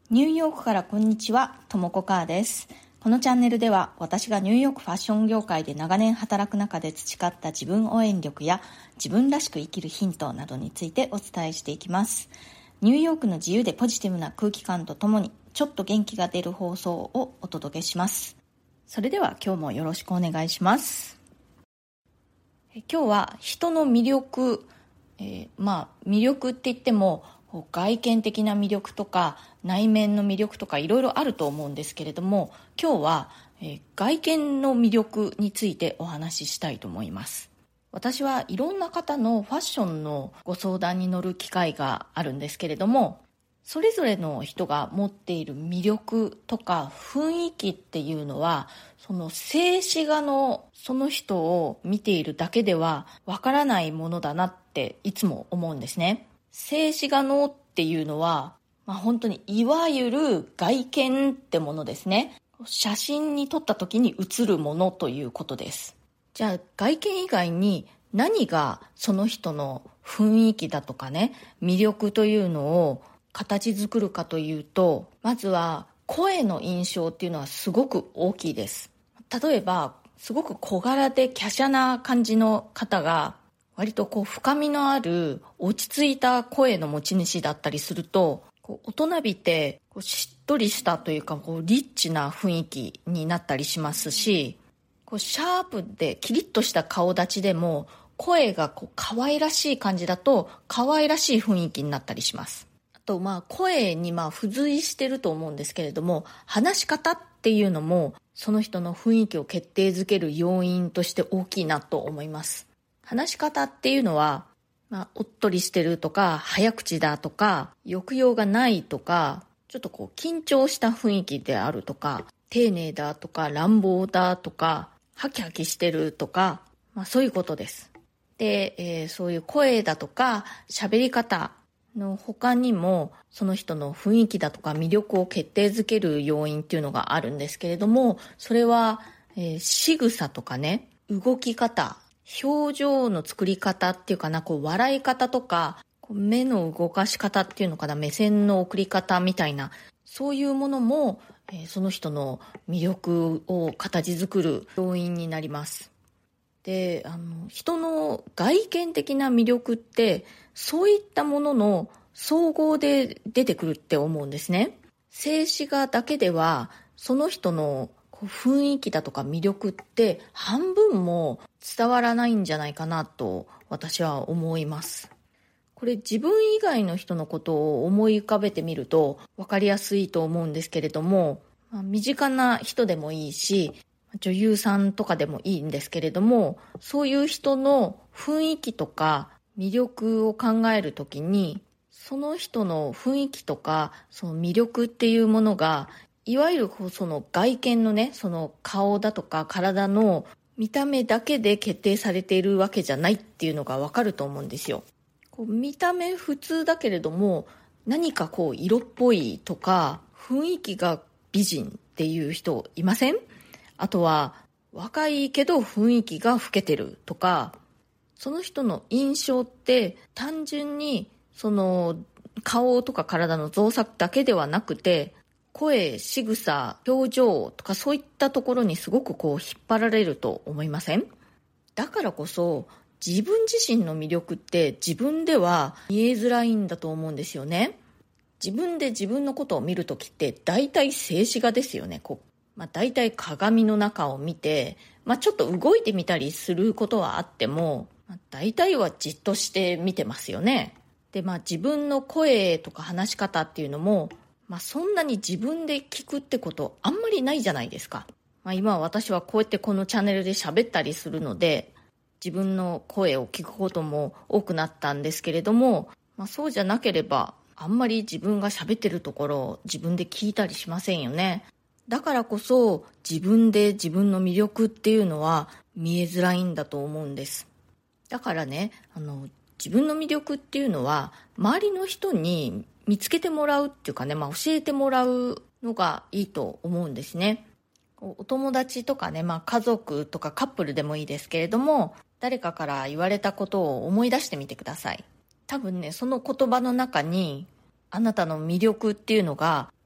ニューヨークからこんにちは、ともこかーです。このチャンネルでは私がニューヨークファッション業界で長年働く中で培った自分応援力や自分らしく生きるヒントなどについてお伝えしていきます。ニューヨークの自由でポジティブな空気感とともにちょっと元気が出る放送をお届けします。それでは今日もよろしくお願いします。今日は人の魅力、魅力って言っても外見的な魅力とか内面の魅力とかいろいろあると思うんですけれども、今日は外見の魅力についてお話ししたいと思います。私はいろんな方のファッションのご相談に乗る機会があるんですけれども、それぞれの人が持っている魅力とか雰囲気っていうのは、その静止画のその人を見ているだけではわからないものだなっていつも思うんですね。静止画のっていうのは、本当にいわゆる外見ってものですね。写真に撮った時に写るものということです。じゃあ外見以外に何がその人の雰囲気だとかね、魅力というのを形作るかというと、まずは声の印象っていうのはすごく大きいです。例えばすごく小柄で華奢な感じの方が割と深みのある落ち着いた声の持ち主だったりすると、大人びてしっとりしたというかリッチな雰囲気になったりしますし、シャープでキリッとした顔立ちでも声が可愛らしい感じだと可愛らしい雰囲気になったりします。あと声に付随してると思うんですけれども、話し方っていうのもその人の雰囲気を決定づける要因として大きいなと思います。話し方っていうのは、おっとりしてるとか早口だとか抑揚がないとか、ちょっと緊張した雰囲気であるとか、丁寧だとか乱暴だとかハキハキしてるとか、そういうことです。で、そういう声だとか喋り方の他にもその人の雰囲気だとか魅力を決定づける要因っていうのがあるんですけれども、それは、仕草とかね、動き方、表情の作り方っていうかな、笑い方とか目の動かし方っていうのかな、目線の送り方みたいな、そういうものも、その人の魅力を形作る要因になります。で、人の外見的な魅力ってそういったものの総合で出てくるって思うんですね。静止画だけではその人の雰囲気だとか魅力って半分も伝わらないんじゃないかなと私は思います。これ自分以外の人のことを思い浮かべてみると分かりやすいと思うんですけれども、身近な人でもいいし女優さんとかでもいいんですけれども、そういう人の雰囲気とか魅力を考えるときに、その人の雰囲気とかその魅力っていうものがいわゆるその外見のね、その顔だとか体の見た目だけで決定されているわけじゃないっていうのがわかると思うんですよ。見た目普通だけれども何か色っぽいとか雰囲気が美人っていう人いません？あとは若いけど雰囲気が老けてるとか、その人の印象って単純にその顔とか体の造作だけではなくて、声、仕草、表情とかそういったところにすごく引っ張られると思いません？だからこそ自分自身の魅力って自分では見えづらいんだと思うんですよね。自分で自分のことを見るときって大体静止画ですよね。大体鏡の中を見て、ちょっと動いてみたりすることはあっても、大体はじっとして見てますよね。で、自分の声とか話し方っていうのも、そんなに自分で聞くってことあんまりないじゃないですか。今私はこうやってこのチャンネルで喋ったりするので、自分の声を聞くことも多くなったんですけれども、そうじゃなければあんまり自分が喋ってるところを自分で聞いたりしませんよね。だからこそ自分で自分の魅力っていうのは見えづらいんだと思うんです。だからね、自分の魅力っていうのは周りの人に見つけてもらうっていうかね、教えてもらうのがいいと思うんですね。お友達とかね、家族とかカップルでもいいですけれども、誰かから言われたことを思い出してみてください。多分ね、その言葉の中にあなたの魅力っていうのが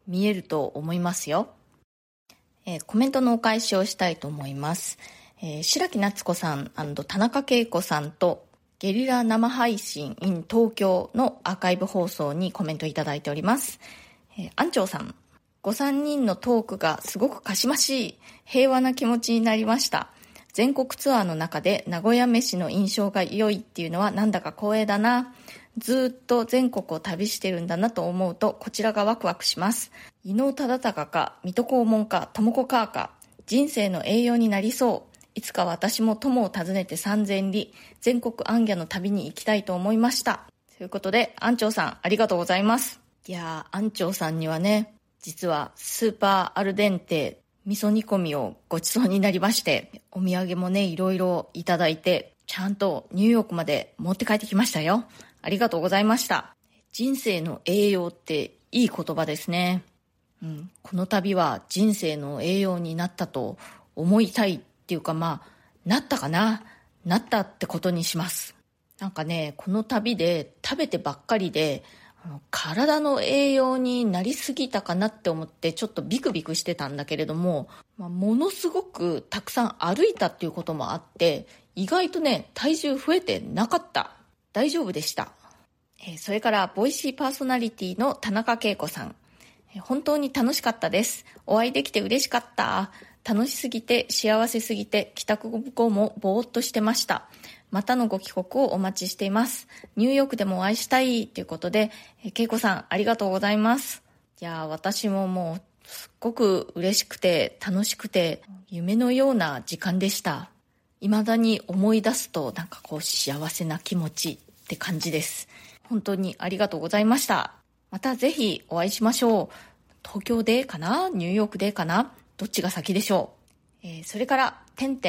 見えると思いますよ。コメントのお返しをしたいと思います。白木夏子さん&田中恵子さんとゲリラ生配信 in 東京のアーカイブ放送にコメントいただいております。安長さん、ご三人のトークがすごくかしましい、平和な気持ちになりました。全国ツアーの中で名古屋飯の印象が良いっていうのはなんだか光栄だな。ずっと全国を旅してるんだなと思うとこちらがワクワクします。伊能忠敬か水戸黄門か友子カーか、人生の栄養になりそう。いつか私も友を訪ねて3000里、全国行脚の旅に行きたいと思いました。ということで、安長さんありがとうございます。いやー、安長さんにはね、実はスーパーアルデンテ味噌煮込みをごちそうになりまして、お土産もね、いろいろいただいて、ちゃんとニューヨークまで持って帰ってきましたよ。ありがとうございました。人生の栄養っていい言葉ですね。この旅は人生の栄養になったと思いたいっていうか、なったかな、なったってことにします。なんかね、この旅で食べてばっかりで体の栄養になりすぎたかなって思ってちょっとビクビクしてたんだけれども、ものすごくたくさん歩いたっていうこともあって、意外とね、体重増えてなかった。大丈夫でした。それからボイシーパーソナリティの田中恵子さん、本当に楽しかったです。お会いできて嬉しかった。楽しすぎて幸せすぎて帰宅後もぼーっとしてました。またのご帰国をお待ちしています。ニューヨークでもお会いしたいということで、恵子さんありがとうございます。いや、私ももうすっごく嬉しくて楽しくて夢のような時間でした。未だに思い出すとなんかこう幸せな気持ちって感じです。本当にありがとうございました。またぜひお会いしましょう。東京でかな、ニューヨークでかな、どっちが先でしょう。それから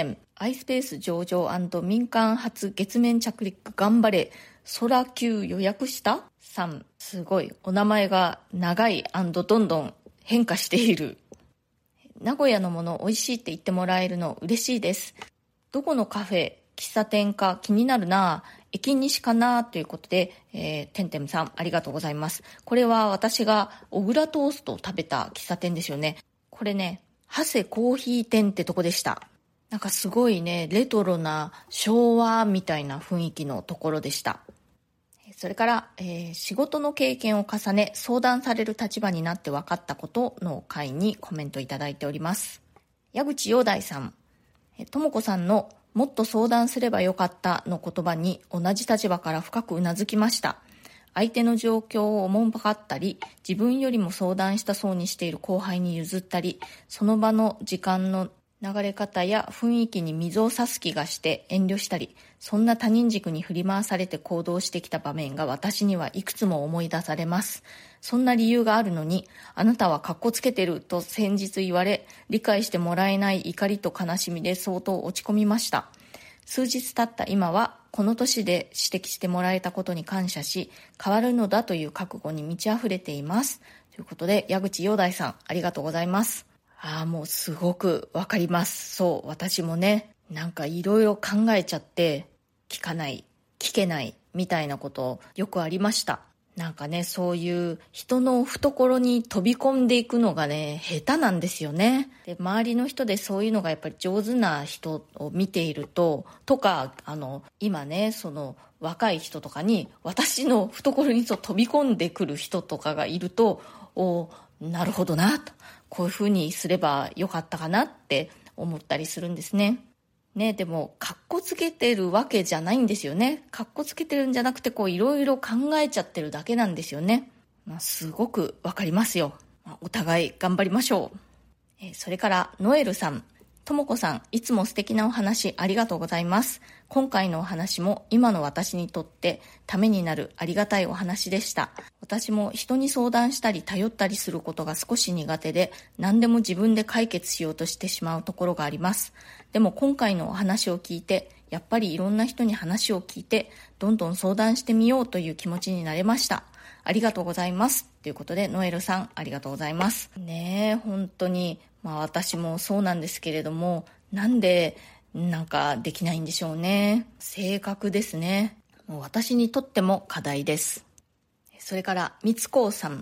iSpace 上場&民間初月面着陸頑張れ、空級予約したさん、すごいお名前が長い&どんどん変化している。名古屋のもの美味しいって言ってもらえるの嬉しいです。どこのカフェ喫茶店か気になるな、駅西かなということで、さんありがとうございます。これは私が小倉トーストを食べた喫茶店ですよね。これね、長谷コーヒー店ってとこでした。なんかすごいね、レトロな昭和みたいな雰囲気のところでした。それから、仕事の経験を重ね相談される立場になって分かったことの回にコメントいただいております。矢口陽大さん、ともこさんのもっと相談すればよかったの言葉に同じ立場から深くうなずきました。相手の状況をおもんぱかったり、自分よりも相談したそうにしている後輩に譲ったり、その場の時間の流れ方や雰囲気に水を差す気がして遠慮したり、そんな他人軸に振り回されて行動してきた場面が私にはいくつも思い出されます。そんな理由があるのに、あなたはカッコつけてると先日言われ、理解してもらえない怒りと悲しみで相当落ち込みました。数日経った今は、この年で指摘してもらえたことに感謝し、変わるのだという覚悟に満ち溢れています。ということで、矢口陽大さん、ありがとうございます。もうすごくわかります。そう、私もね、なんかいろいろ考えちゃって、聞かない、聞けないみたいなことよくありました。なんかね、そういう人の懐に飛び込んでいくのがね、下手なんですよね。で、周りの人でそういうのがやっぱり上手な人を見ていると、とか、今ね、その若い人とかに、私の懐に飛び込んでくる人とかがいると、なるほどな、と。こういう風にすればよかったかなって思ったりするんですね。ね、でも、カッコつけてるわけじゃないんですよね。カッコつけてるんじゃなくて、いろいろ考えちゃってるだけなんですよね。すごくわかりますよ。お互い頑張りましょう。それから、ノエルさん。ともこさん、いつも素敵なお話ありがとうございます。今回のお話も今の私にとってためになるありがたいお話でした。私も人に相談したり頼ったりすることが少し苦手で、何でも自分で解決しようとしてしまうところがあります。でも今回のお話を聞いて、やっぱりいろんな人に話を聞いて、どんどん相談してみようという気持ちになれました。ありがとうございます。ということで、ノエルさん、ありがとうございます。ねえ、本当に、私もそうなんですけれども、なんで、なんかできないんでしょうね。性格ですね。もう私にとっても課題です。それから、みつこうさん。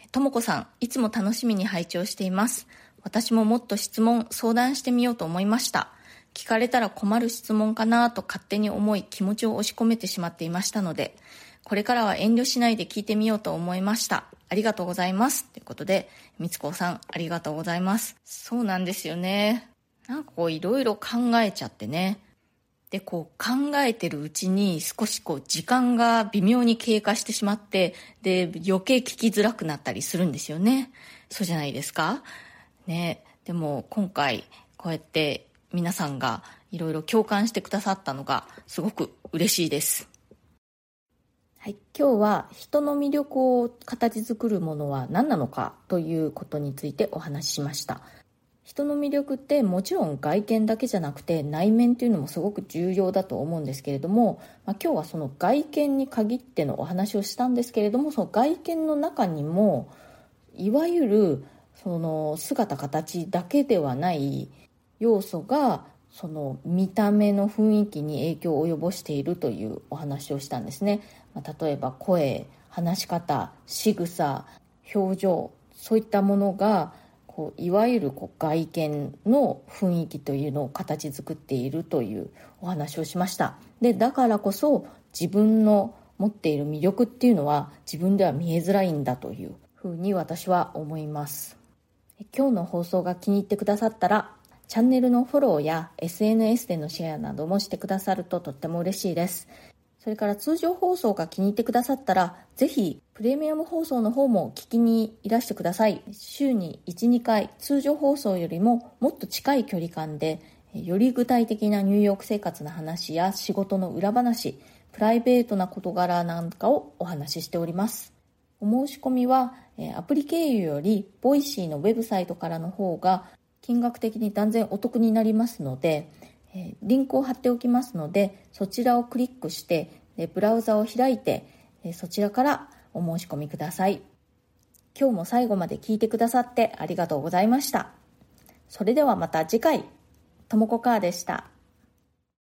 ともこさん、いつも楽しみに拝聴しています。私ももっと質問、相談してみようと思いました。聞かれたら困る質問かなと勝手に思い、気持ちを押し込めてしまっていましたので、これからは遠慮しないで聞いてみようと思いました。ありがとうございます。ということで、みつこさん、ありがとうございます。そうなんですよね。いろいろ考えちゃってね。で、考えてるうちに少し時間が微妙に経過してしまって、で、余計聞きづらくなったりするんですよね。そうじゃないですかね。でも今回こうやって皆さんがいろいろ共感してくださったのがすごく嬉しいです。はい、今日は人の魅力を形作るものは何なのかということについてお話ししました。人の魅力ってもちろん外見だけじゃなくて内面というのもすごく重要だと思うんですけれども、今日はその外見に限ってのお話をしたんですけれども、その外見の中にもいわゆるその姿形だけではない要素がその見た目の雰囲気に影響を及ぼしているというお話をしたんですね。例えば声、話し方、仕草、表情、そういったものがいわゆる外見の雰囲気というのを形作っているというお話をしました。で、だからこそ自分の持っている魅力っていうのは自分では見えづらいんだというふうに私は思います。今日の放送が気に入ってくださったらチャンネルのフォローや SNS でのシェアなどもしてくださるととっても嬉しいです。それから通常放送が気に入ってくださったらぜひプレミアム放送の方も聞きにいらしてください。週に 1,2 回通常放送よりももっと近い距離感でより具体的なニューヨーク生活の話や仕事の裏話、プライベートな事柄なんかをお話ししております。お申し込みはアプリ経由よりボイシーのウェブサイトからの方が金額的に断然お得になりますので、リンクを貼っておきますのでそちらをクリックしてブラウザを開いてそちらからお申し込みください。今日も最後まで聞いてくださってありがとうございました。それではまた次回。ともこかーでした。